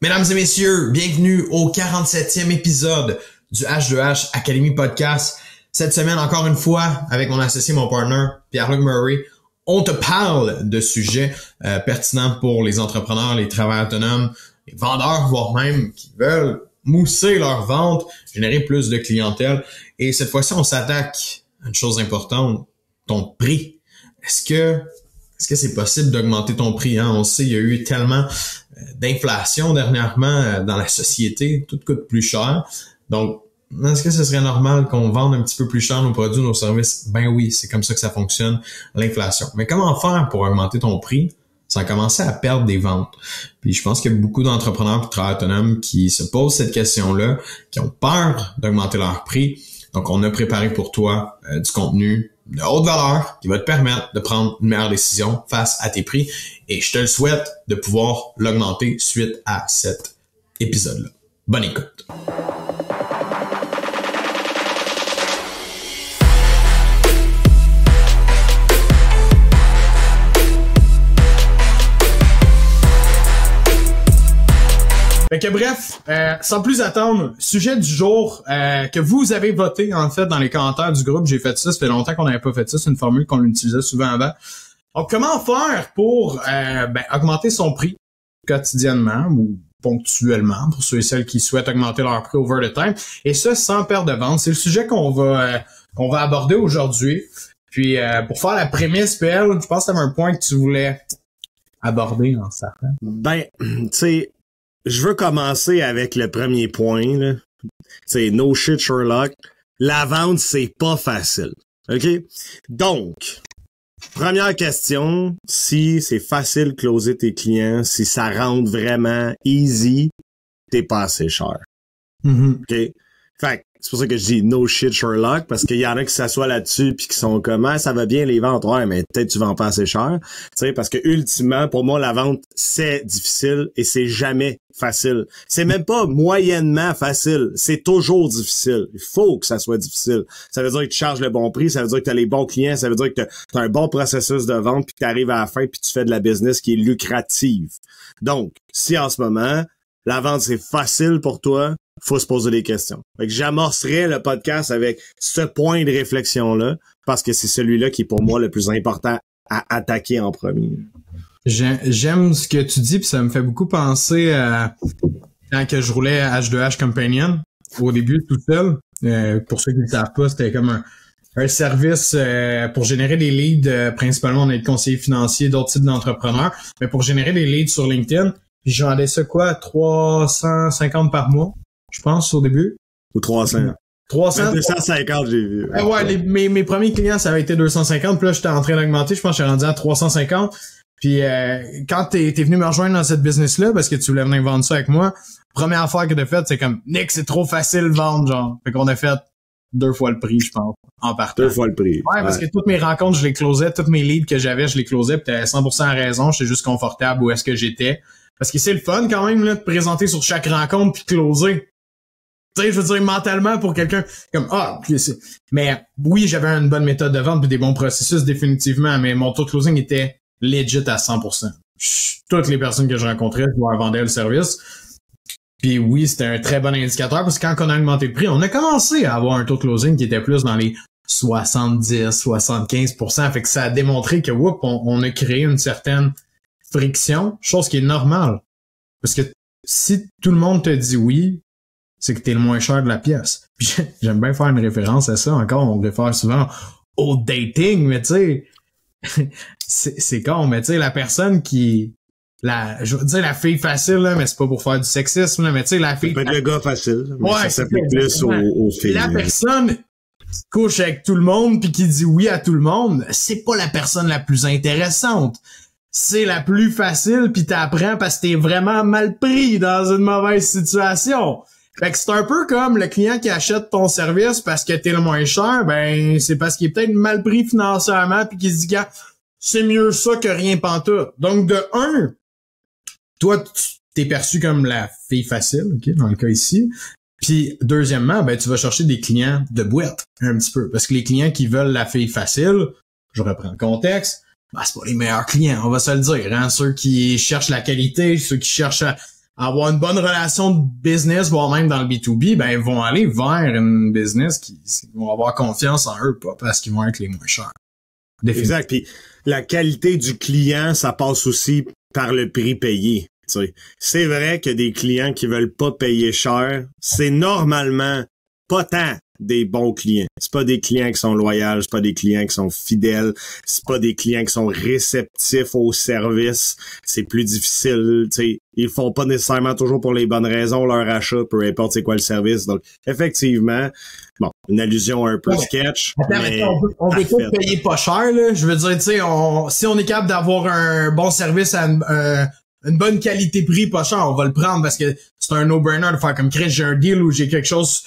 Mesdames et messieurs, bienvenue au 47e épisode du H2H Academy Podcast. Cette semaine, encore une fois, avec mon associé, mon partner, Pierre-Luc Murray, on te parle de sujets pertinents pour les entrepreneurs, les travailleurs autonomes, les vendeurs, voire même qui veulent mousser leur vente, générer plus de clientèle. Et cette fois-ci, on s'attaque à une chose importante, ton prix. Est-ce que c'est possible d'augmenter ton prix? Hein? On sait, il y a eu tellement d'inflation dernièrement dans la société. Tout coûte plus cher. Donc, est-ce que ce serait normal qu'on vende un petit peu plus cher nos produits, nos services? Ben oui, c'est comme ça que ça fonctionne, l'inflation. Mais comment faire pour augmenter ton prix sans commencer à perdre des ventes? Puis je pense qu'il y a beaucoup d'entrepreneurs et de travailleurs autonomes qui se posent cette question-là, qui ont peur d'augmenter leur prix. Donc, on a préparé pour toi du contenu de haute valeur qui va te permettre de prendre une meilleure décision face à tes prix. Et je te le souhaite de pouvoir l'augmenter suite à cet épisode-là. Bonne écoute! Fait que bref, sans plus attendre, sujet du jour que vous avez voté en fait dans les commentaires du groupe. J'ai fait ça fait longtemps qu'on n'avait pas fait ça. C'est une formule qu'on utilisait souvent avant. Donc, comment faire pour augmenter son prix quotidiennement ou ponctuellement pour ceux et celles qui souhaitent augmenter leur prix over the time, et ça sans perte de vente. C'est le sujet qu'on va aborder aujourd'hui. Puis pour faire la prémisse, PL, je pense que tu avais un point que tu voulais aborder en certain. Ben, tu sais, je veux commencer avec le premier point, là. C'est no shit Sherlock. La vente, c'est pas facile. OK? Donc, première question, si c'est facile de closer tes clients, si ça rentre vraiment easy, t'es pas assez cher. Mm-hmm. OK? Fait que c'est pour ça que je dis no shit Sherlock, parce qu'il y en a qui s'assoient là-dessus puis qui sont comme ça va bien les ventes, ouais, mais peut-être tu vends pas assez cher. Tu sais, parce que ultimement, pour moi, la vente, c'est difficile et c'est jamais facile. C'est même pas moyennement facile, c'est toujours difficile. Il faut que ça soit difficile. Ça veut dire que tu charges le bon prix, ça veut dire que tu as les bons clients, ça veut dire que tu as un bon processus de vente puis que tu arrives à la fin puis tu fais de la business qui est lucrative. Donc, si en ce moment, la vente c'est facile pour toi, faut se poser des questions. Fait que j'amorcerai le podcast avec ce point de réflexion-là, parce que c'est celui-là qui est pour moi le plus important à attaquer en premier. J'aime ce que tu dis, puis ça me fait beaucoup penser à quand que je roulais à H2H Companion, au début tout seul. Pour ceux qui ne le savent pas, c'était comme un service pour générer des leads. Principalement, on est conseiller financier, d'autres types d'entrepreneurs, mais pour générer des leads sur LinkedIn. Puis je vendais ça 350 par mois, je pense, au début. Ou 300. 250, j'ai vu. Mes premiers clients, ça avait été 250. Puis là, j'étais en train d'augmenter. Je pense que je suis rendu à 350. Puis quand t'es venu me rejoindre dans cette business-là, parce que tu voulais venir vendre ça avec moi, première affaire que t'as faite, c'est comme, Nick, c'est trop facile de vendre, genre. Fait qu'on a fait 2 fois le prix, je pense, en partant. 2 fois le prix. Ouais, parce que toutes mes rencontres, je les closais. Toutes mes leads que j'avais, je les closais. Puis t'avais 100% raison. J'étais juste confortable où est-ce que j'étais. Parce que c'est le fun quand même là de présenter sur chaque rencontre puis closer. Tu sais, je veux dire mentalement pour quelqu'un comme mais oui, j'avais une bonne méthode de vente puis des bons processus définitivement, mais mon taux de closing était legit à 100%. Toutes les personnes que je rencontrais, je leur vendais le service. Puis oui, c'était un très bon indicateur parce que quand on a augmenté le prix, on a commencé à avoir un taux de closing qui était plus dans les 70-75%. Fait que ça a démontré que on a créé une certaine friction, chose qui est normale. Parce que si tout le monde te dit oui, c'est que t'es le moins cher de la pièce. Puis j'aime bien faire une référence à ça. Encore, on réfère souvent au dating, mais tu sais, c'est con, mais tu sais, la personne qui... je veux dire la fille facile, là, mais c'est pas pour faire du sexisme, là, mais tu sais, la fille... Ça peut être le gars facile, mais ouais, ça s'applique plus aux filles. La personne qui couche avec tout le monde puis qui dit oui à tout le monde, c'est pas la personne la plus intéressante. C'est la plus facile pis t'apprends parce que t'es vraiment mal pris dans une mauvaise situation. Fait que c'est un peu comme le client qui achète ton service parce que t'es le moins cher, ben c'est parce qu'il est peut-être mal pris financièrement pis qu'il se dit gars, c'est mieux ça que rien pantoute. Donc de un, toi t'es perçu comme la fille facile, ok, dans le cas ici. Puis deuxièmement, ben tu vas chercher des clients de boîte un petit peu parce que les clients qui veulent la fille facile, je reprends le contexte. Ben, c'est pas les meilleurs clients, on va se le dire, hein. Ceux qui cherchent la qualité, ceux qui cherchent avoir une bonne relation de business, voire même dans le B2B, ben ils vont aller vers une business qui vont avoir confiance en eux, pas parce qu'ils vont être les moins chers. Exact. Puis la qualité du client, ça passe aussi par le prix payé. T'sais. C'est vrai que des clients qui veulent pas payer cher, c'est normalement pas tant des bons clients. C'est pas des clients qui sont loyaux, c'est pas des clients qui sont fidèles, c'est pas des clients qui sont réceptifs au service. C'est plus difficile, tu sais. Ils font pas nécessairement toujours pour les bonnes raisons leur achat, peu importe c'est quoi le service. Donc, effectivement, bon, une allusion un peu sketch. Attends, mais on veut pas payer pas cher, là. Je veux dire, tu sais, si on est capable d'avoir un bon service à une bonne qualité-prix pas cher, on va le prendre parce que c'est un no-brainer de faire comme Chris, j'ai un deal ou j'ai quelque chose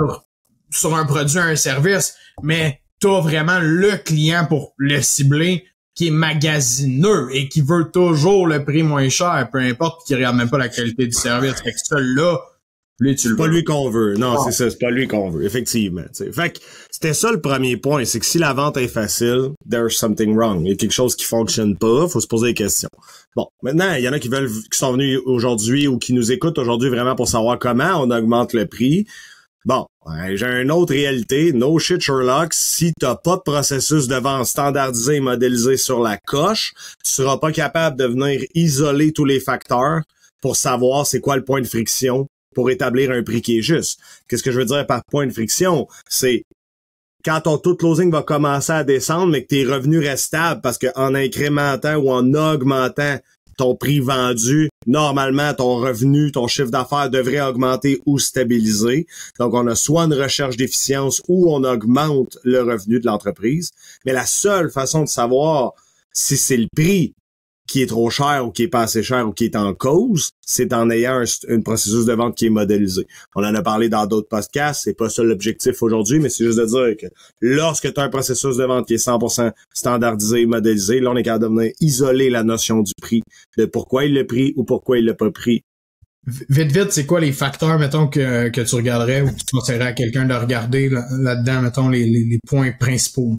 sur un produit, un service, mais t'as vraiment le client pour le cibler qui est magasineux et qui veut toujours le prix moins cher, peu importe, qui regarde même pas la qualité du service. Fait que celui-là, lui, tu le veux. C'est pas lui qu'on veut. Non, c'est ça, c'est pas lui qu'on veut, effectivement. T'sais. Fait que c'était ça le premier point, c'est que si la vente est facile, there's something wrong. Il y a quelque chose qui fonctionne pas, faut se poser des questions. Bon, maintenant, il y en a qui sont venus aujourd'hui ou qui nous écoutent aujourd'hui vraiment pour savoir comment on augmente le prix. Bon, j'ai une autre réalité. No shit Sherlock, si t'as pas de processus de vente standardisé et modélisé sur la coche, tu seras pas capable de venir isoler tous les facteurs pour savoir c'est quoi le point de friction pour établir un prix qui est juste. Qu'est-ce que je veux dire par point de friction? C'est quand ton taux de closing va commencer à descendre, mais que tes revenus restent stables parce qu'en incrémentant ou en augmentant ton prix vendu, normalement, ton revenu, ton chiffre d'affaires devrait augmenter ou stabiliser. Donc, on a soit une recherche d'efficience ou on augmente le revenu de l'entreprise. Mais la seule façon de savoir si c'est le prix qui est trop cher ou qui est pas assez cher ou qui est en cause, c'est en ayant un processus de vente qui est modélisé. On en a parlé dans d'autres podcasts, c'est pas ça l'objectif aujourd'hui, mais c'est juste de dire que lorsque tu as un processus de vente qui est 100% standardisé, modélisé, là, on est capable de venir isoler la notion du prix, de pourquoi il l'a pris ou pourquoi il l'a pas pris. Vite, c'est quoi les facteurs, mettons, que tu regarderais ou que tu conseillerais à quelqu'un de regarder là-dedans, mettons, les points principaux?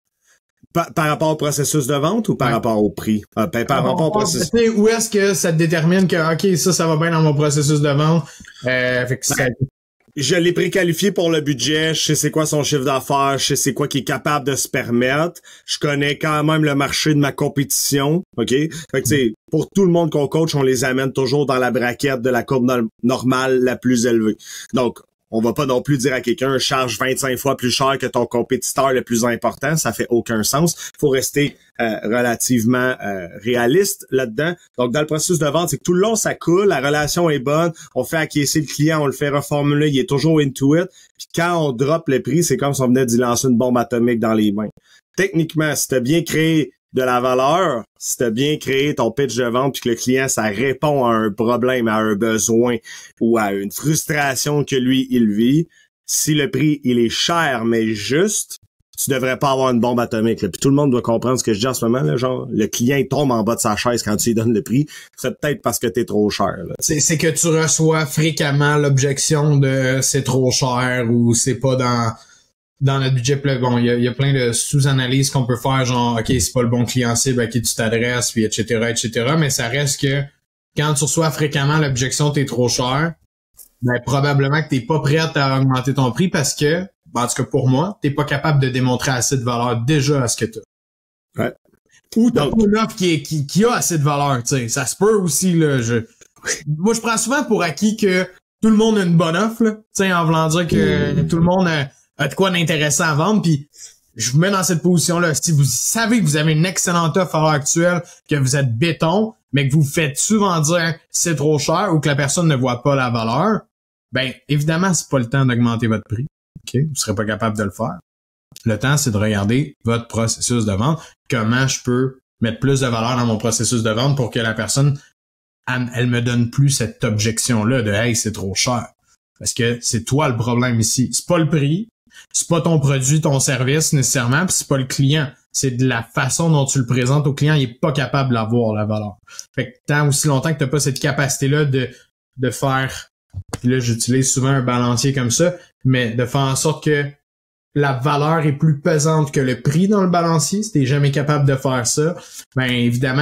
Par rapport au processus de vente ou par rapport au prix? Par rapport au processus. Où est-ce que ça te détermine que, OK, ça va bien dans mon processus de vente? Fait que je l'ai préqualifié pour le budget, je sais c'est quoi son chiffre d'affaires, je sais c'est quoi qu'il est capable de se permettre, je connais quand même le marché de ma compétition, OK? Fait que tu sais, pour tout le monde qu'on coach, on les amène toujours dans la braquette de la courbe normale la plus élevée. Donc, on va pas non plus dire à quelqu'un charge 25 fois plus cher que ton compétiteur le plus important, ça fait aucun sens. Il faut rester relativement réaliste là-dedans. Donc dans le processus de vente, c'est que tout le long ça coule, la relation est bonne, on fait acquiescer le client, on le fait reformuler, il est toujours into it. Puis quand on drop le prix, c'est comme si on venait d'y lancer une bombe atomique dans les mains. Techniquement, si tu as bien créé de la valeur, si tu as bien créé ton pitch de vente puis que le client, ça répond à un problème, à un besoin ou à une frustration que lui, il vit, si le prix, il est cher mais juste, tu devrais pas avoir une bombe atomique. Là. Puis tout le monde doit comprendre ce que je dis en ce moment. Là, genre, le client, il tombe en bas de sa chaise quand tu lui donnes le prix. C'est peut-être parce que t'es trop cher. Là. C'est que tu reçois fréquemment l'objection de c'est trop cher ou c'est pas dans notre budget. Bon, il y a plein de sous-analyses qu'on peut faire, genre, OK, c'est pas le bon client cible à qui tu t'adresses, puis etc., mais ça reste que quand tu reçois fréquemment l'objection t'es trop cher, ben, probablement que t'es pas prête à augmenter ton prix parce que, ben, en tout cas pour moi, t'es pas capable de démontrer assez de valeur déjà à ce que t'as. Ouais. Ou t'as pas une offre qui a assez de valeur, tu sais. Ça se peut aussi, là. Moi, je prends souvent pour acquis que tout le monde a une bonne offre, là. Tu sais, en voulant dire que tout le monde a de quoi d'intéressant à vendre, puis je vous mets dans cette position-là. Si vous savez que vous avez une excellente offre à l'heure actuelle, que vous êtes béton, mais que vous faites souvent dire c'est trop cher ou que la personne ne voit pas la valeur, ben évidemment, c'est pas le temps d'augmenter votre prix. OK? Vous serez pas capable de le faire. Le temps, c'est de regarder votre processus de vente. Comment je peux mettre plus de valeur dans mon processus de vente pour que la personne, elle me donne plus cette objection-là de « Hey, c'est trop cher ». Parce que c'est toi le problème ici. C'est pas le prix, c'est pas ton produit, ton service nécessairement, puis c'est pas le client. C'est de la façon dont tu le présentes au client, il est pas capable d'avoir la valeur. Fait que tant aussi longtemps que t'as pas cette capacité-là de faire, puis là j'utilise souvent un balancier comme ça, mais de faire en sorte que la valeur est plus pesante que le prix dans le balancier, si t'es jamais capable de faire ça, ben évidemment,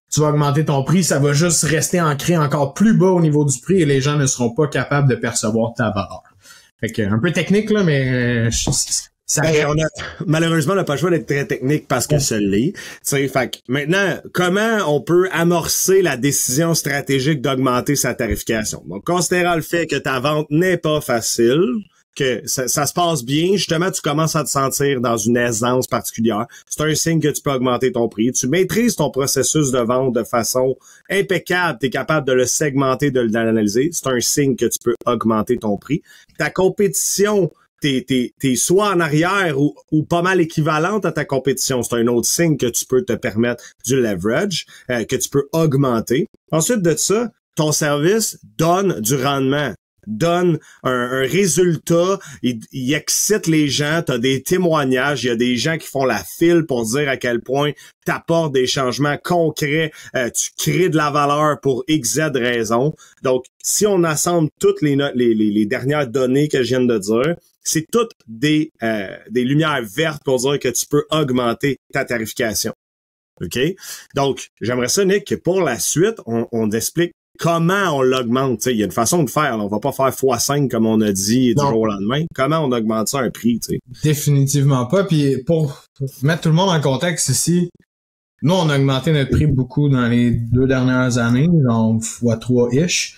tu vas augmenter ton prix, ça va juste rester ancré encore plus bas au niveau du prix et les gens ne seront pas capables de percevoir ta valeur. Fait que, un peu technique, là, mais ça malheureusement, on n'a pas le choix d'être très technique parce que ça l'est. Fait que maintenant, comment on peut amorcer la décision stratégique d'augmenter sa tarification? Donc, considérant le fait que ta vente n'est pas facile, que ça se passe bien, justement, tu commences à te sentir dans une aisance particulière. C'est un signe que tu peux augmenter ton prix. Tu maîtrises ton processus de vente de façon impeccable. Tu es capable de le segmenter, de l'analyser. C'est un signe que tu peux augmenter ton prix. Ta compétition, t'es soit en arrière ou pas mal équivalente à ta compétition. C'est un autre signe que tu peux te permettre du leverage, que tu peux augmenter. Ensuite de ça, ton service donne du rendement, donne un résultat, il excite les gens, t'as des témoignages, il y a des gens qui font la file pour dire à quel point t'apportes des changements concrets, tu crées de la valeur pour XZ raisons. Donc, si on assemble toutes les dernières données que je viens de dire, c'est toutes des lumières vertes pour dire que tu peux augmenter ta tarification. OK? Donc, j'aimerais ça, Nick, que pour la suite, on explique comment on l'augmente. Il y a une façon de faire. Là. On va pas faire x5 comme on a dit du jour au lendemain. Comment on augmente ça un prix? T'sais? Définitivement pas. Puis pour mettre tout le monde en contexte ici, nous, on a augmenté notre prix beaucoup dans les 2 dernières années, donc x3-ish.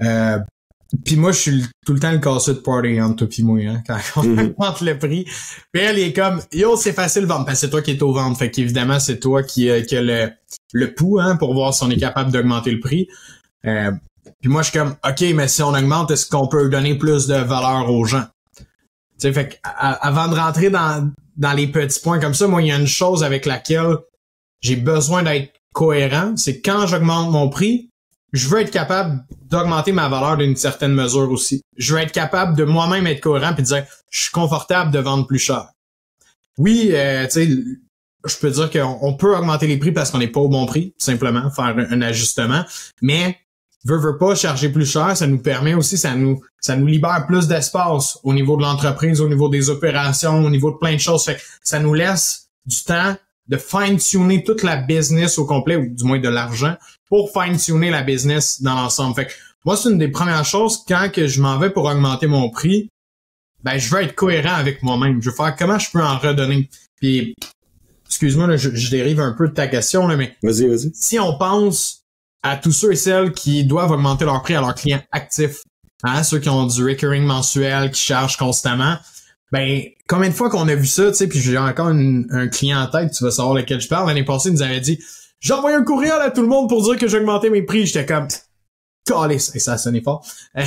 Puis moi, je suis tout le temps le casseux de party entre toi pis moi, hein, quand on augmente le prix. Puis elle est comme, yo, c'est facile de vendre, parce que c'est toi qui es au vendre. Fait qu'évidemment, c'est toi qui a le pouls, hein, pour voir si on est capable d'augmenter le prix. Puis moi, je suis comme, OK, mais si on augmente, est-ce qu'on peut donner plus de valeur aux gens? Tu sais, fait avant de rentrer dans les petits points comme ça, moi, il y a une chose avec laquelle j'ai besoin d'être cohérent, c'est quand j'augmente mon prix, je veux être capable d'augmenter ma valeur d'une certaine mesure aussi. Je veux être capable de moi-même être cohérent puis de dire, je suis confortable de vendre plus cher. Oui, tu sais, je peux dire qu'on peut augmenter les prix parce qu'on n'est pas au bon prix, tout simplement, faire un ajustement, mais veut pas charger plus cher, ça nous permet aussi, ça nous libère plus d'espace au niveau de l'entreprise, au niveau des opérations, au niveau de plein de choses. Fait que ça nous laisse du temps de fine-tuner toute la business au complet, ou du moins de l'argent, pour fine-tuner la business dans l'ensemble. Fait que moi, c'est une des premières choses, quand que je m'en vais pour augmenter mon prix, ben je veux être cohérent avec moi-même. Je veux faire comment je peux en redonner. Puis, excuse-moi, là, je dérive un peu de ta question, là, mais vas-y. Si on pense à tous ceux et celles qui doivent augmenter leur prix à leurs clients actifs, hein, ceux qui ont du recurring mensuel, qui chargent constamment, ben combien de fois qu'on a vu ça, tu sais, puis j'ai encore un client en tête, tu vas savoir lequel je parle, l'année passée, il nous avait dit « J'ai envoyé un courriel à tout le monde pour dire que j'ai augmenté mes prix. » J'étais comme « Calisse! » Et ça sonnait fort.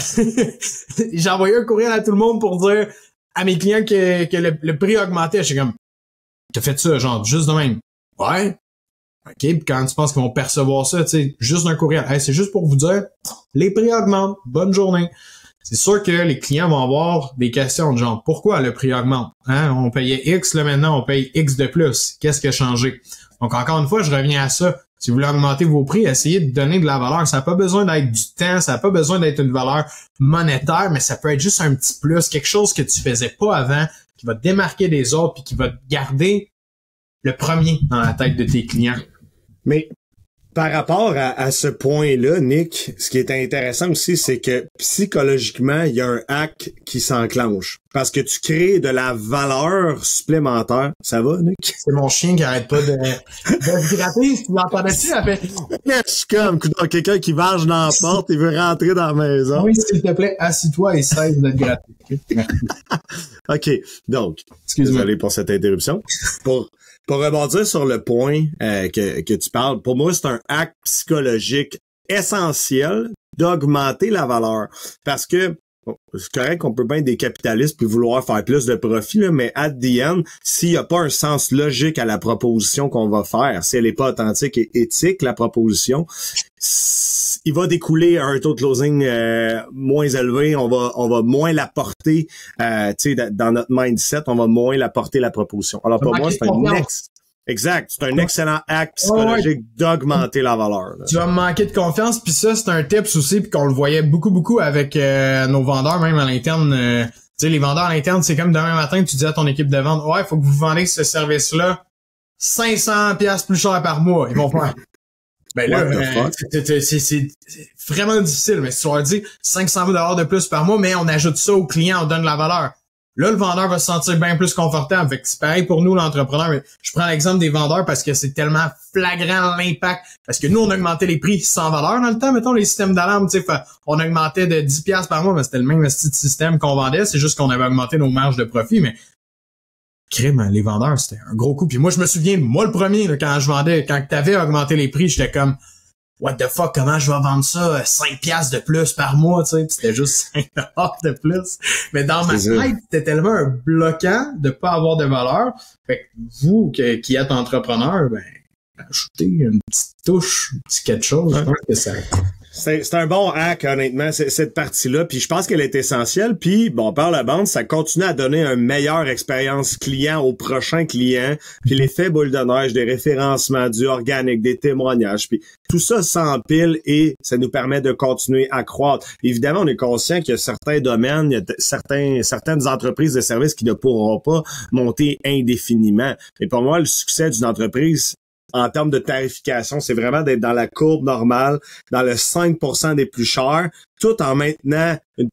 J'ai envoyé un courriel à tout le monde pour dire à mes clients que le prix augmentait. J'étais comme « T'as fait ça, genre, juste de même. » Ouais. OK, puis quand tu penses qu'ils vont percevoir ça, tu sais, juste un courriel. Hey, c'est juste pour vous dire, les prix augmentent. Bonne journée. C'est sûr que les clients vont avoir des questions de genre, pourquoi le prix augmente? Hein? On payait X, là maintenant, on paye X de plus. Qu'est-ce qui a changé? Donc, encore une fois, je reviens à ça. Si vous voulez augmenter vos prix, essayez de donner de la valeur. Ça n'a pas besoin d'être du temps, ça n'a pas besoin d'être une valeur monétaire, mais ça peut être juste un petit plus, quelque chose que tu faisais pas avant, qui va te démarquer des autres, puis qui va te garder le premier dans la tête de tes clients. Mais par rapport à ce point-là, Nick, ce qui est intéressant aussi, c'est que psychologiquement, il y a un hack qui s'enclenche. Parce que tu crées de la valeur supplémentaire. Ça va, Nick? C'est mon chien qui arrête pas de se gratter. Tu l'entendais-tu? Elle fait... Je suis comme quelqu'un qui varge dans la porte et veut rentrer dans la maison. Oui, s'il te plaît, assis-toi et cesse de te gratter. Merci. OK. Donc, excuse-moi. Désolé pour cette interruption. Pour rebondir sur le point que tu parles, pour moi, c'est un acte psychologique essentiel d'augmenter la valeur. Parce que, bon, c'est correct qu'on peut bien être des capitalistes puis vouloir faire plus de profit, là, mais at the end, s'il n'y a pas un sens logique à la proposition qu'on va faire, si elle n'est pas authentique et éthique, la proposition, il va découler un taux de closing moins élevé, on va moins la porter, tu sais, dans notre mindset, on va moins la porter la proposition. Alors pour moi, c'est un excellent acte psychologique d'augmenter la valeur. Là. Tu vas me manquer de confiance, puis ça, c'est un tips aussi, puis qu'on le voyait beaucoup avec nos vendeurs, même à l'interne. Tu sais, les vendeurs à l'interne, c'est comme demain matin, tu dis à ton équipe de vente, ouais, il faut que vous vendez ce service-là 500$ plus cher par mois. Ils vont faire Ben là, c'est vraiment difficile, mais si tu leur dis 500 000 de plus par mois, mais on ajoute ça au client, on donne de la valeur. Là, le vendeur va se sentir bien plus confortable. Fait que c'est pareil pour nous, l'entrepreneur. Mais je prends l'exemple des vendeurs parce que c'est tellement flagrant l'impact. Parce que nous, on augmentait les prix sans valeur dans le temps. Mettons, les systèmes d'alarme, tu sais, on augmentait de 10$ par mois, mais c'était le même petit système qu'on vendait. C'est juste qu'on avait augmenté nos marges de profit, mais crime, les vendeurs, c'était un gros coup. Puis moi, je me souviens, moi, le premier, là, quand je vendais, quand t'avais augmenté les prix, j'étais comme, what the fuck, comment je vais vendre ça 5$ de plus par mois, tu sais, c'était juste 5$ de plus. Mais dans ma tête, c'était tellement un bloquant de pas avoir de valeur. Fait que vous, qui êtes entrepreneur, ben, ajoutez une petite touche, un petit quelque chose, je pense que ça... C'est un bon hack, honnêtement, cette partie-là. Puis je pense qu'elle est essentielle. Puis, bon, par la bande, ça continue à donner une meilleure expérience client au prochain client. Puis l'effet boule de neige, des référencements, du organique, des témoignages. Puis tout ça s'empile et ça nous permet de continuer à croître. Évidemment, on est conscient qu'il y a certains domaines, il y a certaines entreprises de services qui ne pourront pas monter indéfiniment. Et pour moi, le succès d'une entreprise, en termes de tarification, c'est vraiment d'être dans la courbe normale, dans le 5% des plus chers, tout en maintenant une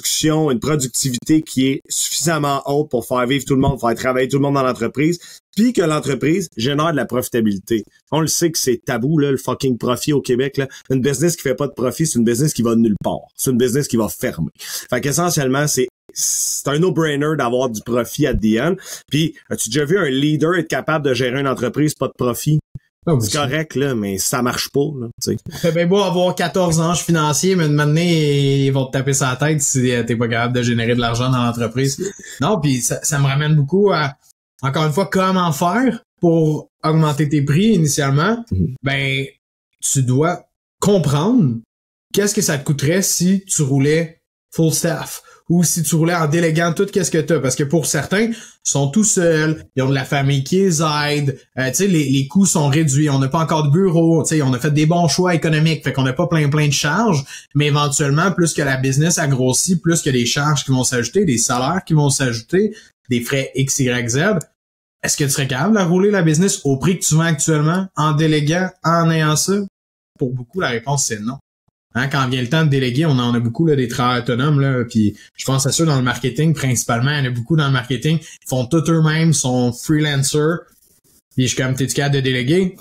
productivité qui est suffisamment haute pour faire vivre tout le monde, faire travailler tout le monde dans l'entreprise, puis que l'entreprise génère de la profitabilité. On le sait que c'est tabou, là, le fucking profit au Québec, là. Une business qui fait pas de profit, c'est une business qui va nulle part. C'est une business qui va fermer. Fait qu'essentiellement, c'est un no-brainer d'avoir du profit at the end. Puis, as-tu déjà vu un leader être capable de gérer une entreprise pas de profit? Oh, c'est correct, là, mais ça marche pas, là, tu sais. C'est bien beau avoir 14 anges financiers, mais de maintenant, ils vont te taper sur la tête si t'es pas capable de générer de l'argent dans l'entreprise. Non, puis ça me ramène beaucoup à, encore une fois, comment faire pour augmenter tes prix initialement. Ben, tu dois comprendre qu'est-ce que ça te coûterait si tu roulais full staff. Ou si tu roulais en déléguant tout qu'est-ce que t'as. Parce que pour certains, ils sont tout seuls, ils ont de la famille qui les aide, tu sais, les coûts sont réduits, on n'a pas encore de bureau, tu sais, on a fait des bons choix économiques, fait qu'on n'a pas plein de charges, mais éventuellement, plus que la business a grossi, plus que les charges qui vont s'ajouter, des salaires qui vont s'ajouter, des frais X, Y, Z, est-ce que tu serais capable de rouler la business au prix que tu vends actuellement, en déléguant, en ayant ça? Pour beaucoup, la réponse, c'est non. Hein, quand vient le temps de déléguer, on en a beaucoup là, des travailleurs autonomes, là, puis je pense à ceux dans le marketing principalement, il y en a beaucoup dans le marketing, ils font tout eux-mêmes, sont freelancers, puis je suis comme, t'es-tu capable de déléguer?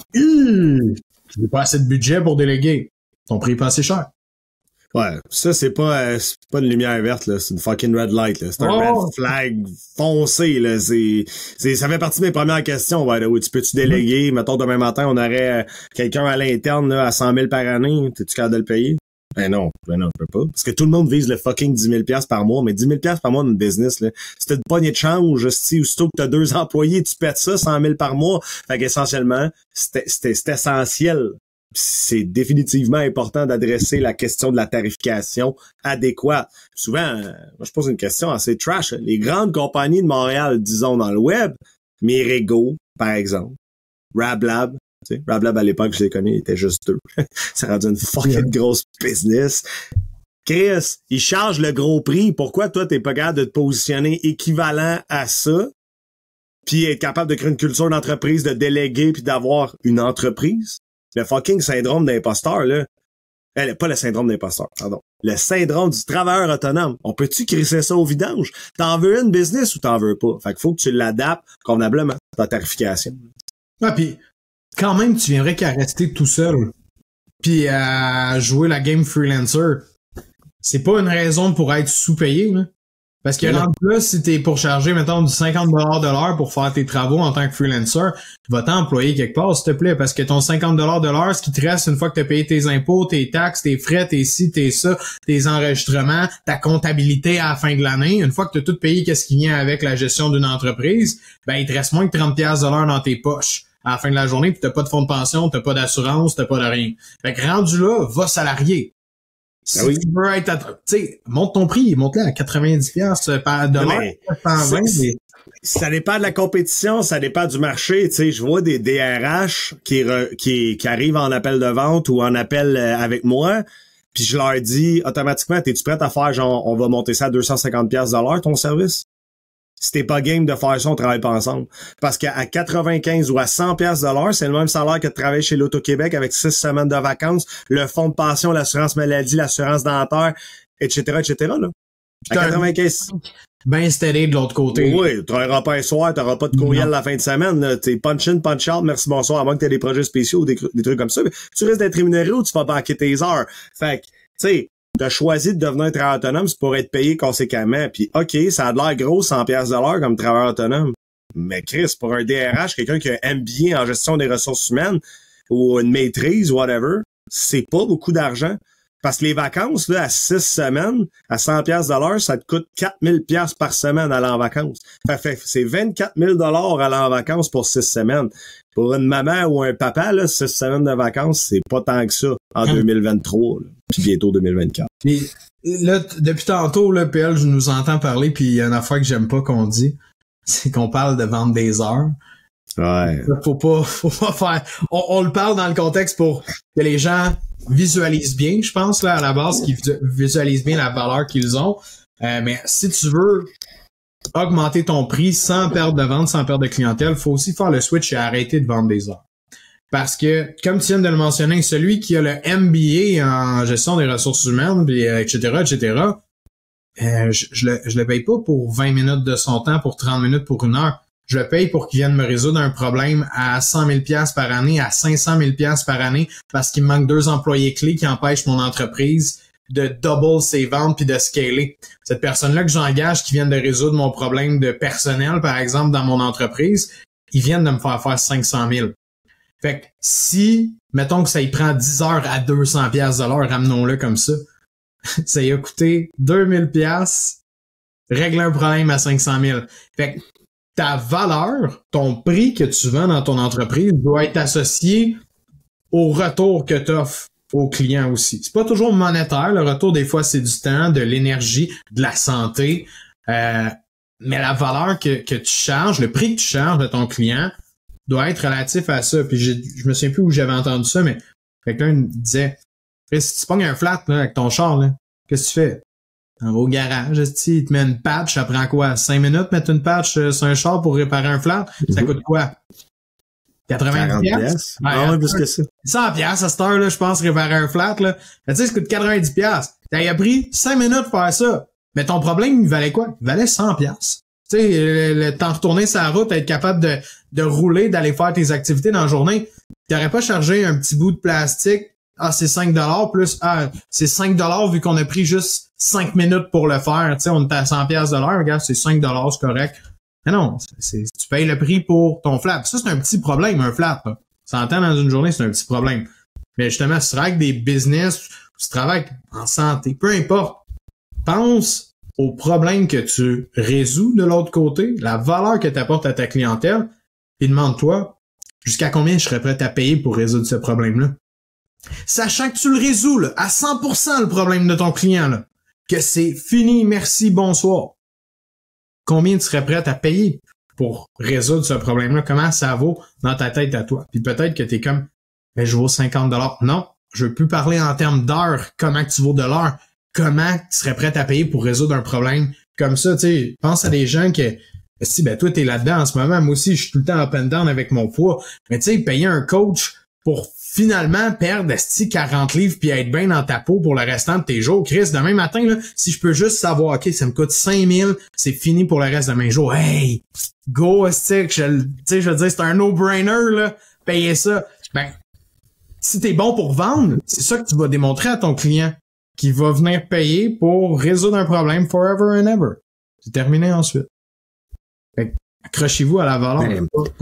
J'ai pas assez de budget pour déléguer. Ton prix est pas assez cher. Ouais, ça c'est pas une lumière verte, là, c'est une fucking red light, là. C'est un red flag foncé, là. Ça fait partie de mes premières questions, ouais, là, où tu peux-tu déléguer? Mettons demain matin, on aurait quelqu'un à l'interne là, à 100 000 par année, t'es-tu capable de le payer? Ben non, je peux pas. Parce que tout le monde vise le fucking 10 000 $ par mois, mais 10 000 $ par mois dans une business, là. Si t'as une poignée de change, si aussitôt que t'as 2 employés, tu pètes ça, 100 000 par mois. Fait qu'essentiellement, c'est essentiel. C'est définitivement important d'adresser la question de la tarification adéquate. Souvent, moi, je pose une question assez trash. Les grandes compagnies de Montréal, disons, dans le web, Mirego, par exemple, Rablab, tu sais, Rablab, à l'époque, je les connais, ils étaient juste deux. Ça rendu une fucking grosse business. Chris, ils chargent le gros prix. Pourquoi toi, t'es pas capable de te positionner équivalent à ça, puis être capable de créer une culture d'entreprise, de déléguer, puis d'avoir une entreprise? Le fucking syndrome d'imposteur, là. Pas le syndrome d'imposteur, pardon. Le syndrome du travailleur autonome. On peut-tu crisser ça au vidange? T'en veux une business ou t'en veux pas? Fait qu'il faut que tu l'adaptes convenablement, ta tarification. Ah, pis quand même, tu viendrais qu'à rester tout seul. Puis à jouer la game freelancer. C'est pas une raison pour être sous-payé, là. Parce que là, si t'es pour charger, mettons, du 50$ de l'heure pour faire tes travaux en tant que freelancer, tu vas t'employer quelque part, s'il te plaît, parce que ton 50$ de l'heure, ce qui te reste une fois que t'as payé tes impôts, tes taxes, tes frais, tes ci, tes ça, tes enregistrements, ta comptabilité à la fin de l'année, une fois que t'as tout payé qu'est-ce qui vient avec la gestion d'une entreprise, ben, il te reste moins que 30$ de l'heure dans tes poches à la fin de la journée, puis t'as pas de fonds de pension, t'as pas d'assurance, t'as pas de rien. Fait que rendu là, va salarier. Si tu veux être, tu sais, monte ton prix, monte-le à 90$ par dollar, 120. Ça dépend de la compétition, ça dépend du marché. Tu sais, je vois des DRH qui arrivent en appel de vente ou en appel avec moi, puis je leur dis automatiquement, t'es-tu prête à faire genre, on va monter ça à 250$ ton service? Si t'es pas game de faire ça, on travaille pas ensemble. Parce qu'à 95 ou à 100 pièces de l'heure, c'est le même salaire que de travailler chez l'Auto-Québec avec 6 semaines de vacances, le fonds de pension, l'assurance maladie, l'assurance dentaire, etc., là. À 95. Ben installé de l'autre côté. Oui, tu travailleras pas un soir, t'auras pas de courriel la fin de semaine, là. T'es punch in, punch out, merci, bonsoir, à moins que t'aies des projets spéciaux ou des trucs comme ça. Mais tu risques d'être rémunéré ou tu vas banquer tes heures. Fait que, tu sais, t'as choisi de devenir travailleur autonome, c'est pour être payé conséquemment. Puis, OK, ça a l'air gros, 100 pièces de l'heure comme travailleur autonome. Mais Chris, pour un DRH, quelqu'un qui a un MBA en gestion des ressources humaines ou une maîtrise, whatever, c'est pas beaucoup d'argent. Parce que les vacances, là, à 6 semaines, à 100 pièces de l'heure, ça te coûte 4000 pièces par semaine aller en vacances. Fait c'est 24 000 aller en vacances pour 6 semaines. Pour une maman ou un papa, là, 6 semaines de vacances, c'est pas tant que ça en 2023, là, puis bientôt 2024. Et là, depuis tantôt, là, PL, je nous entends parler, puis il y a une affaire que j'aime pas qu'on dit, c'est qu'on parle de vendre des heures. Ouais. Faut pas faire... On le parle dans le contexte pour que les gens visualisent bien, je pense, là, à la base, qu'ils visualisent bien la valeur qu'ils ont. Mais si tu veux augmenter ton prix sans perdre de vente, sans perdre de clientèle, faut aussi faire le switch et arrêter de vendre des heures. Parce que, comme tu viens de le mentionner, celui qui a le MBA en gestion des ressources humaines, puis, etc., je le paye pas pour 20 minutes de son temps, pour 30 minutes, pour une heure. Je le paye pour qu'il vienne me résoudre un problème à 100 000 $ par année, à 500 000 $ par année, parce qu'il me manque 2 employés clés qui empêchent mon entreprise de double ses ventes puis de scaler. Cette personne-là que j'engage qui vient de résoudre mon problème de personnel, par exemple, dans mon entreprise, ils viennent de me faire 500 000. Fait que si, mettons que ça y prend 10 heures à 200 $ de l'heure, ramenons-le comme ça, ça y a coûté 2000 $, régler un problème à 500 000. Fait que ta valeur, ton prix que tu vends dans ton entreprise doit être associé au retour que tu offres aux clients aussi. C'est pas toujours monétaire. Le retour, des fois, c'est du temps, de l'énergie, de la santé. Mais la valeur que tu charges, le prix que tu charges de ton client doit être relatif à ça. Puis je me souviens plus où j'avais entendu ça, mais quelqu'un disait, si tu pognes un flat là, avec ton char, là, qu'est-ce que tu fais? Au garage, il te met une patch, ça prend quoi? 5 minutes mettre une patch sur un char pour réparer un flat? Ça coûte quoi? 80 pièces? Ah ouais, plus que ça. 100 pièces à cette heure-là, je pense, réparer un flat, là. Tu sais, ça coûte 90 pièces. Ça a pris 5 minutes pour faire ça. Mais ton problème, il valait quoi? Il valait 100 pièces. Tu sais, le temps de retourner sur la route, être capable de rouler, d'aller faire tes activités dans la journée. T'aurais pas chargé un petit bout de plastique. Ah, c'est 5 $ plus, c'est 5 $ vu qu'on a pris juste 5 minutes pour le faire. Tu sais, on est à 100 pièces de l'heure, regarde, c'est 5 $, c'est correct. Mais non, tu payes le prix pour ton flat. Ça, c'est un petit problème, un flat, là. 100 ans dans une journée, c'est un petit problème. Mais justement, si tu travailles avec des business, si tu travailles en santé, peu importe, pense aux problèmes que tu résous de l'autre côté, la valeur que tu apportes à ta clientèle, et demande-toi, jusqu'à combien je serais prêt à payer pour résoudre ce problème-là? Sachant que tu le résous là, à 100% le problème de ton client, là, que c'est fini, merci, bonsoir. Combien tu serais prêt à payer pour résoudre ce problème-là? Comment ça vaut dans ta tête à toi? Puis peut-être que t'es comme, ben, je vaux 50 $. Non, je veux plus parler en termes d'heures, comment tu vaux de l'heure. Comment tu serais prêt à payer pour résoudre un problème comme ça, tu sais? Pense à des gens que, si, ben, toi, t'es là-dedans en ce moment. Moi aussi, je suis tout le temps up and down avec mon poids. Mais tu sais, payer un coach pour finalement perdre 40 livres puis être bien dans ta peau pour le restant de tes jours. Chris, demain matin, là, si je peux juste savoir, OK, ça me coûte 5000, c'est fini pour le reste de mes jours. Hey, go, stick, je veux dire, c'est un no-brainer, là, payer ça. Ben, si t'es bon pour vendre, c'est ça que tu vas démontrer à ton client, qui va venir payer pour résoudre un problème forever and ever. C'est terminé ensuite. Fait que, accrochez-vous à la valeur.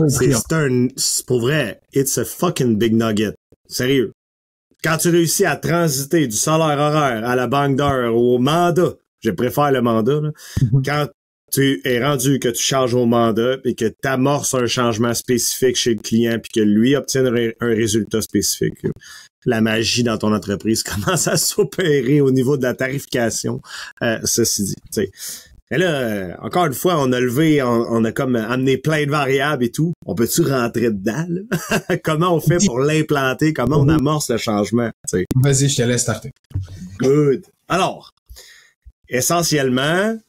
C'est pour vrai, it's a fucking big nugget. Sérieux. Quand tu réussis à transiter du salaire horaire à la banque d'heures au mandat, je préfère le mandat, là. Quand tu es rendu que tu charges au mandat et que tu amorces un changement spécifique chez le client puis que lui obtienne un résultat spécifique, la magie dans ton entreprise commence à s'opérer au niveau de la tarification, ceci dit, tu sais. Et là, encore une fois, on a comme amené plein de variables et tout. On peut-tu rentrer dedans, là? Comment on fait pour l'implanter? Comment on amorce le changement? T'sais? Vas-y, je te laisse starter. Good. Alors, essentiellement,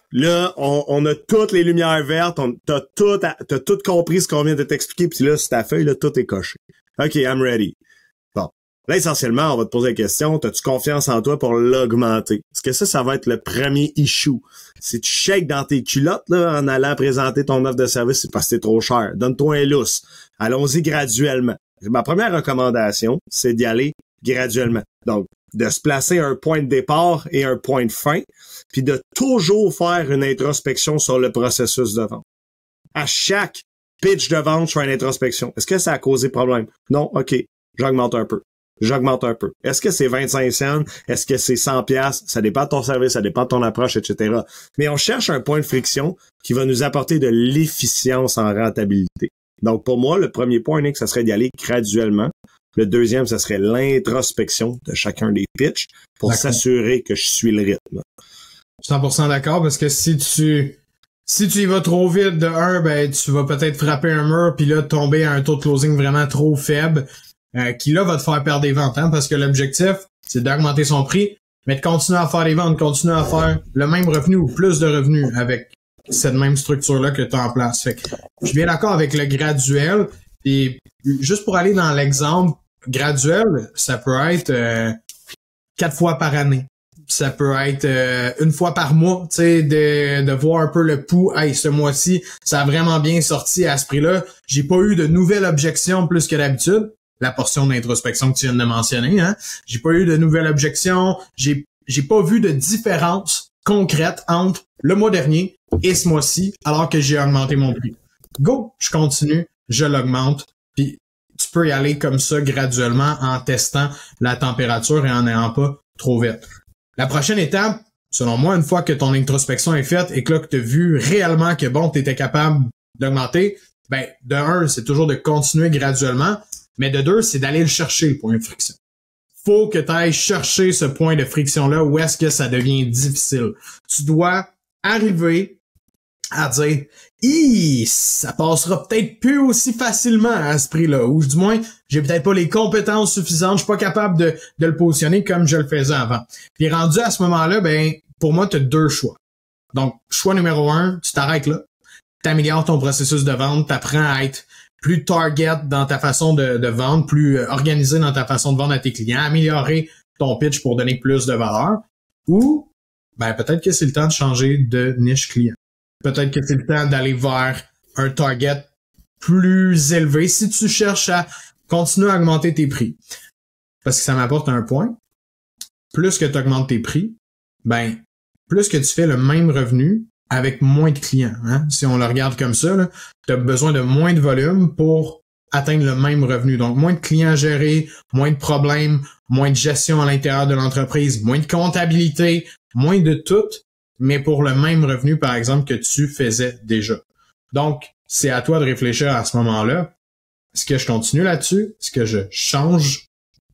Là, on a toutes les lumières vertes, t'as tout compris ce qu'on vient de t'expliquer, puis là, sur ta feuille, là, tout est coché. OK, I'm ready. Bon. Là, essentiellement, on va te poser la question, as-tu confiance en toi pour l'augmenter? Parce que ça va être le premier issue. Si tu shakes dans tes culottes, là, en allant présenter ton offre de service, c'est parce que c'est trop cher. Donne-toi un lousse. Allons-y graduellement. Ma première recommandation, c'est d'y aller graduellement. Donc, de se placer un point de départ et un point de fin, puis de toujours faire une introspection sur le processus de vente. À chaque pitch de vente, je fais une introspection. Est-ce que ça a causé problème? Non? OK. J'augmente un peu. Est-ce que c'est 25 cents? Est-ce que c'est 100 piastres? Ça dépend de ton service, ça dépend de ton approche, etc. Mais on cherche un point de friction qui va nous apporter de l'efficience en rentabilité. Donc, pour moi, le premier point, Nick, ça serait d'y aller graduellement. Le deuxième, ça serait l'introspection de chacun des pitchs pour s'assurer que je suis le rythme. 100% d'accord, parce que si tu y vas trop vite de ben, tu vas peut-être frapper un mur puis là, tomber à un taux de closing vraiment trop faible, qui là va te faire perdre des ventes, hein, parce que l'objectif, c'est d'augmenter son prix, mais de continuer à faire des ventes, continuer à faire le même revenu ou plus de revenus avec cette même structure-là que tu as en place. Fait que je suis bien d'accord avec le graduel. Et juste pour aller dans l'exemple graduel, ça peut être 4 fois par année. Ça peut être une fois par mois, tu sais, de voir un peu le pouls. Hey, ce mois-ci, ça a vraiment bien sorti à ce prix-là. J'ai pas eu de nouvelles objections plus que d'habitude. La portion d'introspection que tu viens de mentionner, hein. J'ai pas eu de nouvelles objections. J'ai pas vu de différence concrète entre le mois dernier et ce mois-ci, alors que j'ai augmenté mon prix. Go! Je continue, je l'augmente, puis tu peux y aller comme ça graduellement en testant la température et en n'ayant pas trop vite. La prochaine étape, selon moi, une fois que ton introspection est faite et que là, que tu as vu réellement que bon, tu étais capable d'augmenter, ben, de un, c'est toujours de continuer graduellement, mais de deux, c'est d'aller le chercher, le point de friction. Faut que tu ailles chercher ce point de friction-là où est-ce que ça devient difficile. Tu dois arriver à dire ça passera peut-être plus aussi facilement à ce prix-là, ou du moins, j'ai peut-être pas les compétences suffisantes, je suis pas capable de le positionner comme je le faisais avant. Puis rendu à ce moment-là, ben, pour moi, tu as 2 choix. Donc, choix numéro 1, tu t'arrêtes là, tu améliores ton processus de vente, tu apprends à être plus target dans ta façon de vendre, plus organisé dans ta façon de vendre à tes clients, améliorer ton pitch pour donner plus de valeur, ou ben peut-être que c'est le temps de changer de niche client. Peut-être que c'est le temps d'aller vers un target plus élevé si tu cherches à continuer à augmenter tes prix. Parce que ça m'apporte un point. Plus que tu augmentes tes prix, ben plus que tu fais le même revenu avec moins de clients. Hein? Si on le regarde comme ça, tu as besoin de moins de volume pour atteindre le même revenu. Donc, moins de clients à gérer, moins de problèmes, moins de gestion à l'intérieur de l'entreprise, moins de comptabilité, moins de tout, mais pour le même revenu, par exemple, que tu faisais déjà. Donc, c'est à toi de réfléchir à ce moment-là. Est-ce que je continue là-dessus? Est-ce que je change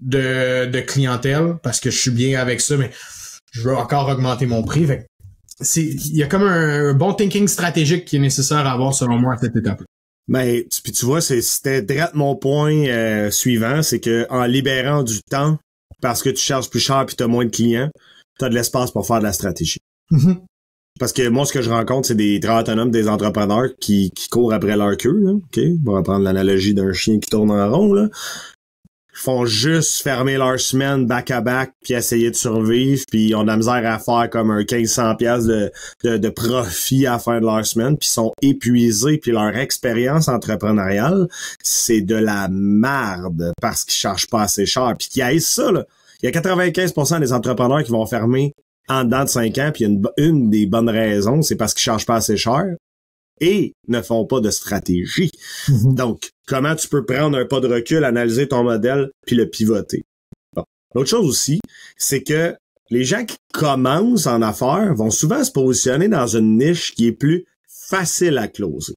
de clientèle parce que je suis bien avec ça, mais je veux encore augmenter mon prix? Fait il y a comme un bon thinking stratégique qui est nécessaire à avoir selon moi à cette étape-là. Mais puis tu vois, c'était direct mon point suivant, c'est que en libérant du temps, parce que tu charges plus cher puis tu as moins de clients, tu as de l'espace pour faire de la stratégie. Mm-hmm. Parce que moi, ce que je rencontre, c'est des travailleurs autonomes, des entrepreneurs qui courent après leur queue, là. OK? On va prendre l'analogie d'un chien qui tourne en rond, là. Ils font juste fermer leur semaine back-à-back puis essayer de survivre, puis ils ont de la misère à faire comme un 1500 pièces de profit à la fin de leur semaine, puis ils sont épuisés, puis leur expérience entrepreneuriale, c'est de la merde parce qu'ils chargent pas assez cher. Puis qu'ils haïssent ça, là. Il y a 95% des entrepreneurs qui vont fermer en dedans de 5 ans, puis une des bonnes raisons, c'est parce qu'ils chargent pas assez cher et ne font pas de stratégie. Mm-hmm. Donc, comment tu peux prendre un pas de recul, analyser ton modèle, puis le pivoter? Bon. L'autre chose aussi, c'est que les gens qui commencent en affaires vont souvent se positionner dans une niche qui est plus facile à closer.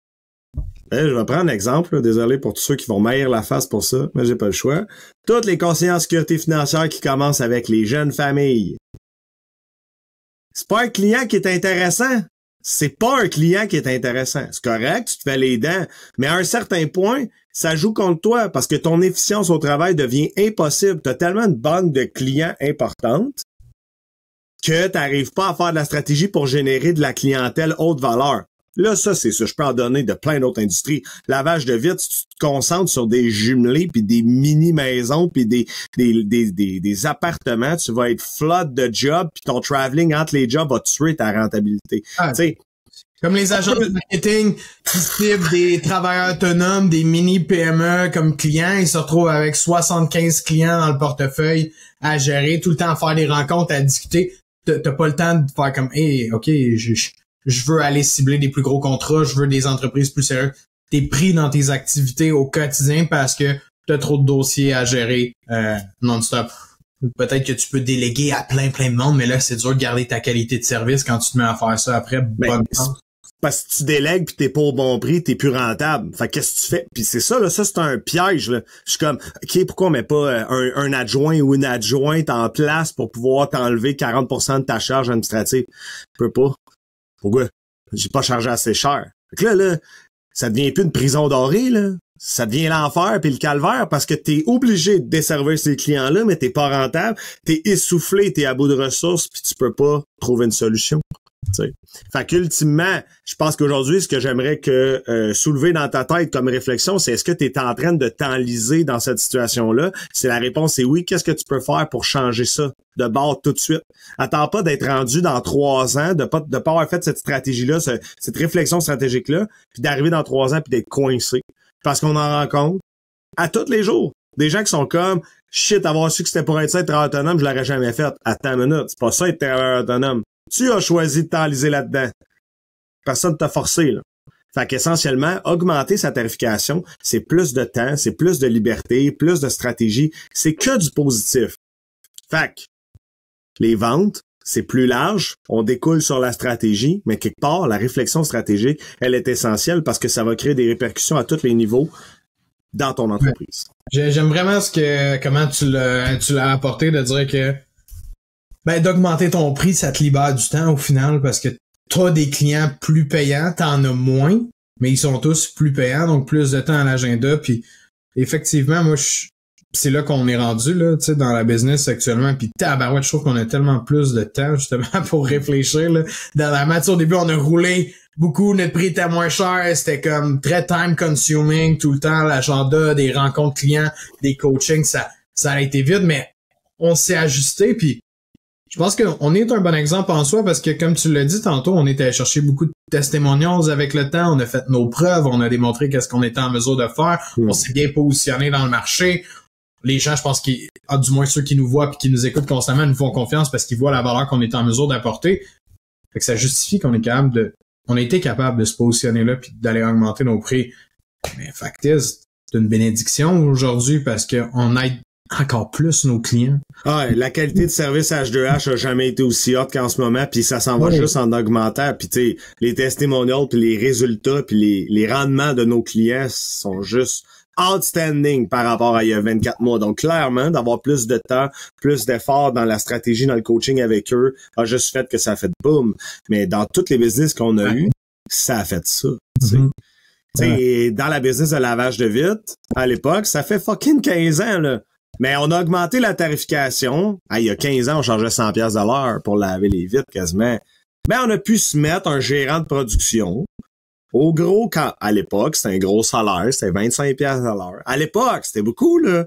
Je vais prendre un exemple, là. Désolé pour tous ceux qui vont maillir la face pour ça, mais j'ai pas le choix. Toutes les conseillers en sécurité financière qui commencent avec les jeunes familles. C'est pas un client qui est intéressant. C'est pas un client qui est intéressant. C'est correct, tu te fais les dents, mais à un certain point, ça joue contre toi parce que ton efficience au travail devient impossible. Tu as tellement de banque de clients importante que t'arrives pas à faire de la stratégie pour générer de la clientèle haute valeur. Là, ça, c'est ça. Je peux en donner de plein d'autres industries. Lavage de vitres, tu te concentres sur des jumelés puis des mini-maisons puis des appartements, tu vas être flood de jobs puis ton traveling entre les jobs va tuer ta rentabilité. Ah, tu sais, comme les agents de marketing qui ciblent des travailleurs autonomes, des mini PME comme clients, ils se retrouvent avec 75 clients dans le portefeuille à gérer, tout le temps à faire des rencontres, à discuter. T'as pas le temps de faire comme, hey, OK, je veux aller cibler des plus gros contrats, je veux des entreprises plus sérieuses. T'es pris dans tes activités au quotidien parce que t'as trop de dossiers à gérer non-stop. Peut-être que tu peux déléguer à plein de monde, mais là, c'est dur de garder ta qualité de service quand tu te mets à faire ça après. Bonne chance. Parce que tu délègues pis t'es pas au bon prix, t'es plus rentable. Fait qu'est-ce que tu fais? Puis c'est ça, là, ça c'est un piège, là. Je suis comme, OK, pourquoi on met pas un adjoint ou une adjointe en place pour pouvoir t'enlever 40% de ta charge administrative? Je peux pas. Pourquoi? J'ai pas chargé assez cher. Fait que là, ça devient plus une prison dorée, là. Ça devient l'enfer puis le calvaire parce que t'es obligé de desservir ces clients-là, mais t'es pas rentable, t'es essoufflé, t'es à bout de ressources puis tu peux pas trouver une solution. T'sais. Fait qu'ultimement, je pense qu'aujourd'hui, ce que j'aimerais que soulever dans ta tête comme réflexion, c'est est-ce que tu es en train de t'enliser dans cette situation-là? Si la réponse est oui, qu'est-ce que tu peux faire pour changer ça de bord tout de suite? Attends pas d'être rendu dans 3 ans, de pas avoir fait cette stratégie-là, cette réflexion stratégique-là, puis d'arriver dans 3 ans puis d'être coincé. Parce qu'on en rencontre à tous les jours. Des gens qui sont comme shit, avoir su que c'était pour être ça, être travailleur autonome, je l'aurais jamais fait. Attends une minute, c'est pas ça être travailleur autonome. Tu as choisi de t'enliser là-dedans. Personne t'a forcé, là. Fait qu'essentiellement, augmenter sa tarification, c'est plus de temps, c'est plus de liberté, plus de stratégie. C'est que du positif. Fait que les ventes, c'est plus large, on découle sur la stratégie, mais quelque part, la réflexion stratégique, elle est essentielle parce que ça va créer des répercussions à tous les niveaux dans ton entreprise. J'aime vraiment comment tu l'as apporté de dire que d'augmenter ton prix, ça te libère du temps au final parce que t'as des clients plus payants, t'en as moins, mais ils sont tous plus payants, donc plus de temps à l'agenda. Puis effectivement, moi, c'est là qu'on est rendu là, tu sais, dans la business actuellement. Puis tabarouette, je trouve qu'on a tellement plus de temps justement pour réfléchir. Là. Dans la matière, au début, on a roulé beaucoup, notre prix était moins cher, c'était comme très time consuming tout le temps, l'agenda, des rencontres clients, des coachings, ça a été vide, mais on s'est ajusté. Puis je pense qu'on est un bon exemple en soi parce que, comme tu l'as dit tantôt, on était allé chercher beaucoup de testimonials avec le temps, on a fait nos preuves, on a démontré qu'est-ce qu'on était en mesure de faire, on s'est bien positionné dans le marché. Les gens, je pense du moins ceux qui nous voient et qui nous écoutent constamment, nous font confiance parce qu'ils voient la valeur qu'on est en mesure d'apporter. Fait que ça justifie qu'on est on a été capable de se positionner là puis d'aller augmenter nos prix. Mais factice, c'est une bénédiction aujourd'hui parce qu'on aide encore plus nos clients. Ah, la qualité de service H2H a jamais été aussi haute qu'en ce moment, puis ça s'en va juste en augmentant. Puis tu sais, les testimonials, puis les résultats, puis les rendements de nos clients sont juste outstanding par rapport à il y a 24 mois. Donc clairement, d'avoir plus de temps, plus d'efforts dans la stratégie, dans le coaching avec eux, a juste fait que ça a fait boom. Mais dans toutes les business qu'on a eu, ça a fait ça. Mm-hmm. T'sais, dans la business de lavage de vitres, à l'époque, ça fait fucking 15 ans, là. Mais on a augmenté la tarification. Il y a 15 ans, on chargeait 100$ de l'heure pour laver les vitres quasiment. Mais on a pu se mettre un gérant de production. Au gros, à l'époque, c'était un gros salaire, c'était 25$ de l'heure. À l'époque, c'était beaucoup, là.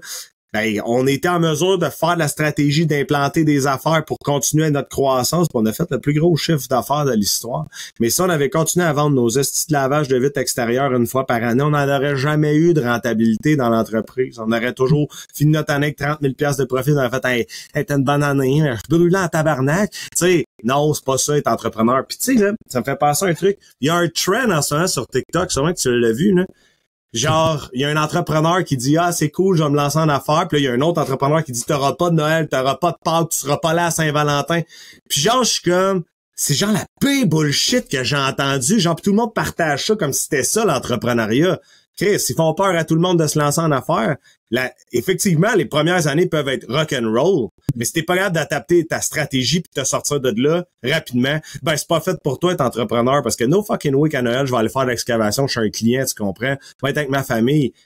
On était en mesure de faire la stratégie d'implanter des affaires pour continuer notre croissance, puis on a fait le plus gros chiffre d'affaires de l'histoire. Mais si on avait continué à vendre nos estis de lavage de vitres extérieures une fois par année, on n'en aurait jamais eu de rentabilité dans l'entreprise. On aurait toujours fini notre année avec 30 000$ de profit. On aurait fait hey, t'as une bonne année, je suis brûlé en tabarnak. Tu sais, non, c'est pas ça, être entrepreneur. Puis tu sais, là, ça me fait passer un truc. Il y a un trend en ce moment sur TikTok, sûrement que tu l'as vu, là. Genre, il y a un entrepreneur qui dit « Ah, c'est cool, je vais me lancer en affaires. » Puis là, il y a un autre entrepreneur qui dit « T'auras pas de Noël, t'auras pas de Pâques, tu seras pas là à Saint-Valentin. » Puis genre, je suis comme... C'est genre la pire bullshit que j'ai entendu. Genre, pis tout le monde partage ça comme si c'était ça, l'entrepreneuriat. Chris, ils font peur à tout le monde de se lancer en affaires. Effectivement, les premières années peuvent être rock'n'roll, mais si t'es pas capable d'adapter ta stratégie pis de te sortir de là rapidement, c'est pas fait pour toi être entrepreneur parce que no fucking way qu'à Noël, je vais aller faire de l'excavation chez un client, tu comprends? Je vais être avec ma famille.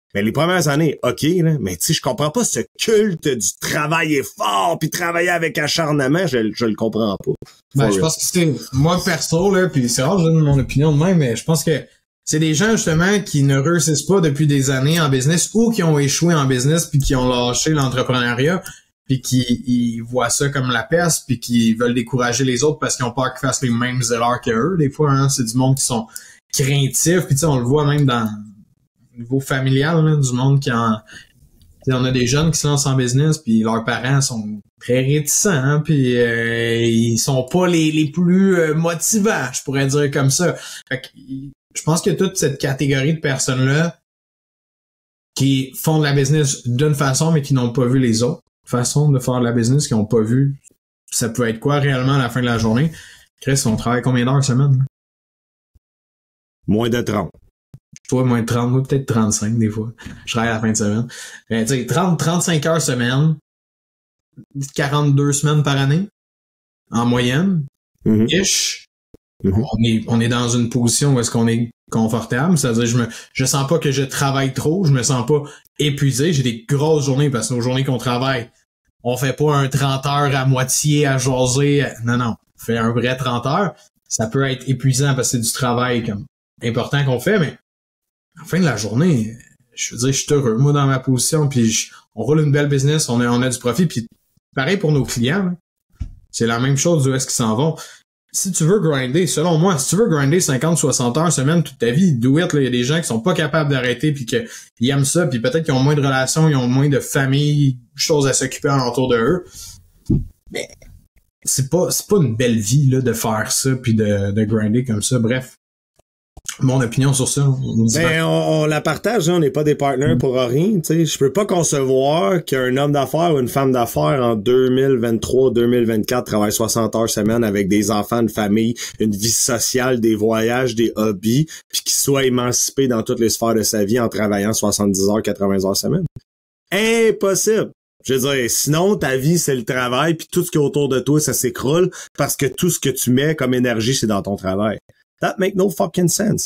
Mais les premières années, OK, là, mais tu sais, je comprends pas ce culte du travailler fort puis travailler avec acharnement, je le comprends pas. Ben, je pense que c'est, moi, perso, là, puis c'est rare que je donne mon opinion de même, mais je pense que c'est des gens, justement, qui ne réussissent pas depuis des années en business ou qui ont échoué en business puis qui ont lâché l'entrepreneuriat puis qui ils voient ça comme la peste puis qui veulent décourager les autres parce qu'ils ont peur qu'ils fassent les mêmes erreurs que eux. Des fois, hein, c'est du monde qui sont craintifs puis tu sais, on le voit même dans le niveau familial, là, du monde qui en... On a des jeunes qui se lancent en business puis leurs parents sont très réticents hein, puis ils sont pas les plus motivants, je pourrais dire comme ça. Fait que, je pense que toute cette catégorie de personnes-là qui font de la business d'une façon mais qui n'ont pas vu les autres façons de faire de la business, qui n'ont pas vu ça peut être quoi réellement à la fin de la journée. Chris, on travaille combien d'heures semaine? Là? Moins de 30. Toi, moins de 30, moi peut-être 35 des fois. Je travaille à la fin de semaine. Tu sais, 35 heures semaine, 42 semaines par année, en moyenne, ish. On est dans une position où est-ce qu'on est confortable, c'est-à-dire je sens pas que je travaille trop, je me sens pas épuisé, j'ai des grosses journées parce que nos journées qu'on travaille, on fait pas un 30 heures à moitié à jaser, non, on fait un vrai 30 heures, ça peut être épuisant parce que c'est du travail comme important qu'on fait, mais à la fin de la journée, je veux dire, je suis heureux, moi, dans ma position, puis on roule une belle business, on a du profit, puis pareil pour nos clients, là. C'est la même chose d'où est-ce qu'ils s'en vont. Si tu veux grinder, selon moi, si tu veux grinder 50-60 heures semaine toute ta vie, do it, là, il y a des gens qui sont pas capables d'arrêter puis qu'ils aiment ça, puis peut-être qu'ils ont moins de relations, ils ont moins de famille, choses à s'occuper alentour de eux. Mais c'est pas une belle vie là de faire ça puis de grinder comme ça. Bref. Mon opinion sur ça. On la partage, hein, on n'est pas des partenaires pour rien. T'sais. Je peux pas concevoir qu'un homme d'affaires ou une femme d'affaires en 2023-2024 travaille 60 heures semaine avec des enfants, une famille, une vie sociale, des voyages, des hobbies, puis qu'il soit émancipé dans toutes les sphères de sa vie en travaillant 70 heures, 80 heures semaine. Impossible! Je veux dire, sinon, ta vie, c'est le travail, puis tout ce qui est autour de toi, ça s'écroule parce que tout ce que tu mets comme énergie, c'est dans ton travail. That make no fucking sense.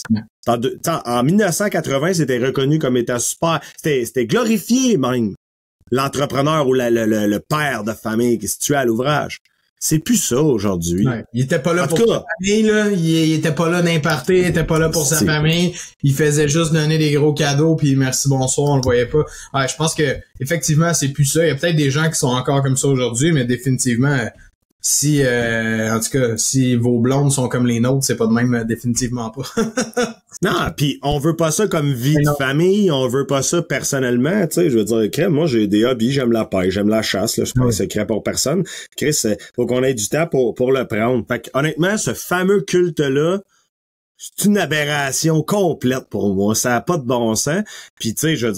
En 1980, c'était reconnu comme étant super. C'était glorifié même. L'entrepreneur ou le père de famille qui se tuait à l'ouvrage. C'est plus ça aujourd'hui. Ouais. Il était pas là pour sa famille, là. Il était pas là d'imparter, il était pas là pour sa famille. Il faisait juste donner des gros cadeaux puis merci, bonsoir, on le voyait pas. Ouais, je pense que effectivement, c'est plus ça. Il y a peut-être des gens qui sont encore comme ça aujourd'hui, mais définitivement, si en tout cas, si vos blondes sont comme les nôtres, c'est pas de même définitivement pas. Non, puis on veut pas ça comme vie de famille, on veut pas ça personnellement, tu sais, je veux dire, Chris, moi j'ai des hobbies, j'aime la pêche, j'aime la chasse, là, je pense que c'est secret pour personne. Chris, faut qu'on ait du temps pour le prendre. Fait que, honnêtement, ce fameux culte-là, c'est une aberration complète pour moi, ça a pas de bon sens. Puis tu sais, je veux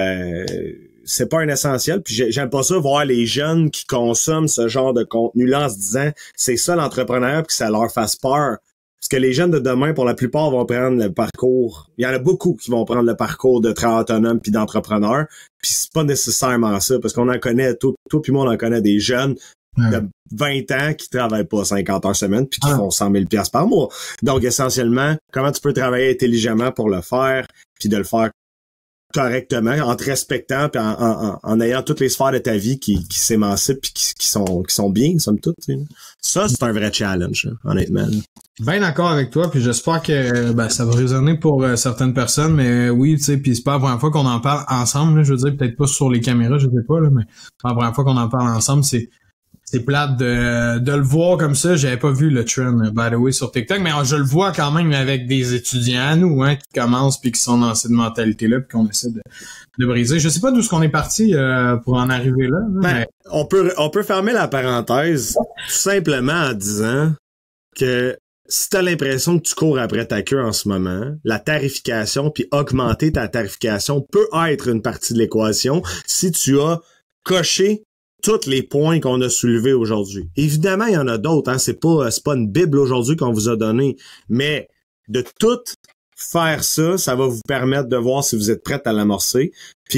dire c'est pas un essentiel, puis j'aime pas ça voir les jeunes qui consomment ce genre de contenu-là en se disant c'est ça l'entrepreneur puis que ça leur fasse peur. Parce que les jeunes de demain, pour la plupart, vont prendre le parcours. Il y en a beaucoup qui vont prendre le parcours de travail autonome puis d'entrepreneur. Puis c'est pas nécessairement ça, parce qu'on en connaît, toi puis moi, on en connaît des jeunes de 20 ans qui travaillent pas 50 heures semaine puis qui font 100 000 $ par mois. Donc, essentiellement, comment tu peux travailler intelligemment pour le faire puis de le faire correctement, en te respectant puis en ayant toutes les sphères de ta vie qui s'émancipent puis qui sont bien, somme toute. Tu sais. Ça, c'est un vrai challenge, là, honnêtement. Bien d'accord avec toi, puis j'espère que ça va résonner pour certaines personnes, mais oui, tu sais, puis c'est pas la première fois qu'on en parle ensemble, là, je veux dire, peut-être pas sur les caméras, je sais pas, là, mais c'est pas la première fois qu'on en parle ensemble, c'est plate de le voir comme ça. J'avais pas vu le trend, by the way, sur TikTok, mais je le vois quand même avec des étudiants à nous, hein, qui commencent puis qui sont dans cette mentalité-là puis qu'on essaie de briser. Je sais pas d'où est-ce qu'on est parti pour en arriver là. Mais... On peut fermer la parenthèse tout simplement en disant que si t'as l'impression que tu cours après ta queue en ce moment, la tarification puis augmenter ta tarification peut être une partie de l'équation si tu as coché tous les points qu'on a soulevés aujourd'hui. Évidemment, il y en a d'autres, hein. C'est pas une bible aujourd'hui qu'on vous a donné, mais de tout faire ça, ça va vous permettre de voir si vous êtes prête à l'amorcer, puis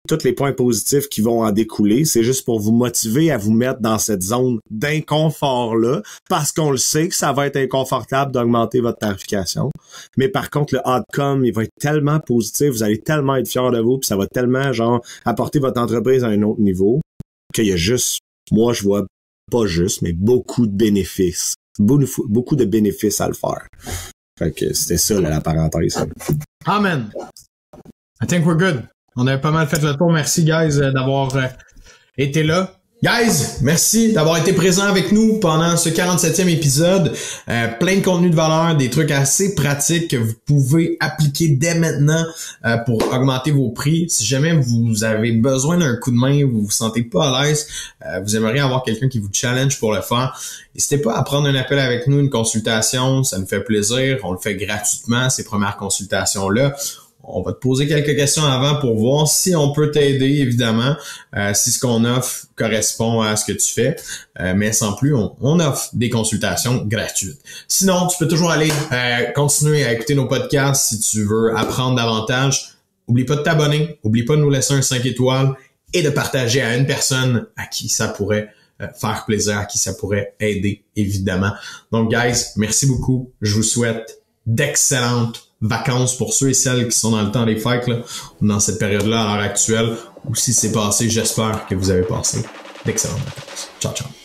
tous les points positifs qui vont en découler. C'est juste pour vous motiver à vous mettre dans cette zone d'inconfort-là, parce qu'on le sait que ça va être inconfortable d'augmenter votre tarification. Mais par contre, le outcome, il va être tellement positif, vous allez tellement être fiers de vous, puis ça va tellement, apporter votre entreprise à un autre niveau, qu'il y a juste, moi, je vois pas juste, mais beaucoup de bénéfices. Beaucoup de bénéfices à le faire. Fait que c'était ça, là, la parenthèse. Amen. I think we're good. On a pas mal fait le tour. Merci, guys, d'avoir été là. Guys, merci d'avoir été présents avec nous pendant ce 47e épisode. Plein de contenu de valeur, des trucs assez pratiques que vous pouvez appliquer dès maintenant pour augmenter vos prix. Si jamais vous avez besoin d'un coup de main, vous vous sentez pas à l'aise, vous aimeriez avoir quelqu'un qui vous challenge pour le faire, n'hésitez pas à prendre un appel avec nous, une consultation. Ça nous fait plaisir. On le fait gratuitement, ces premières consultations-là. On va te poser quelques questions avant pour voir si on peut t'aider, évidemment, si ce qu'on offre correspond à ce que tu fais. Mais sans plus, on offre des consultations gratuites. Sinon, tu peux toujours aller continuer à écouter nos podcasts si tu veux apprendre davantage. Oublie pas de t'abonner, oublie pas de nous laisser un 5 étoiles et de partager à une personne à qui ça pourrait faire plaisir, à qui ça pourrait aider, évidemment. Donc, guys, merci beaucoup. Je vous souhaite d'excellentes vacances pour ceux et celles qui sont dans le temps des fêtes, là, dans cette période-là, à l'heure actuelle, ou si c'est passé, j'espère que vous avez passé d'excellentes vacances. Ciao, ciao.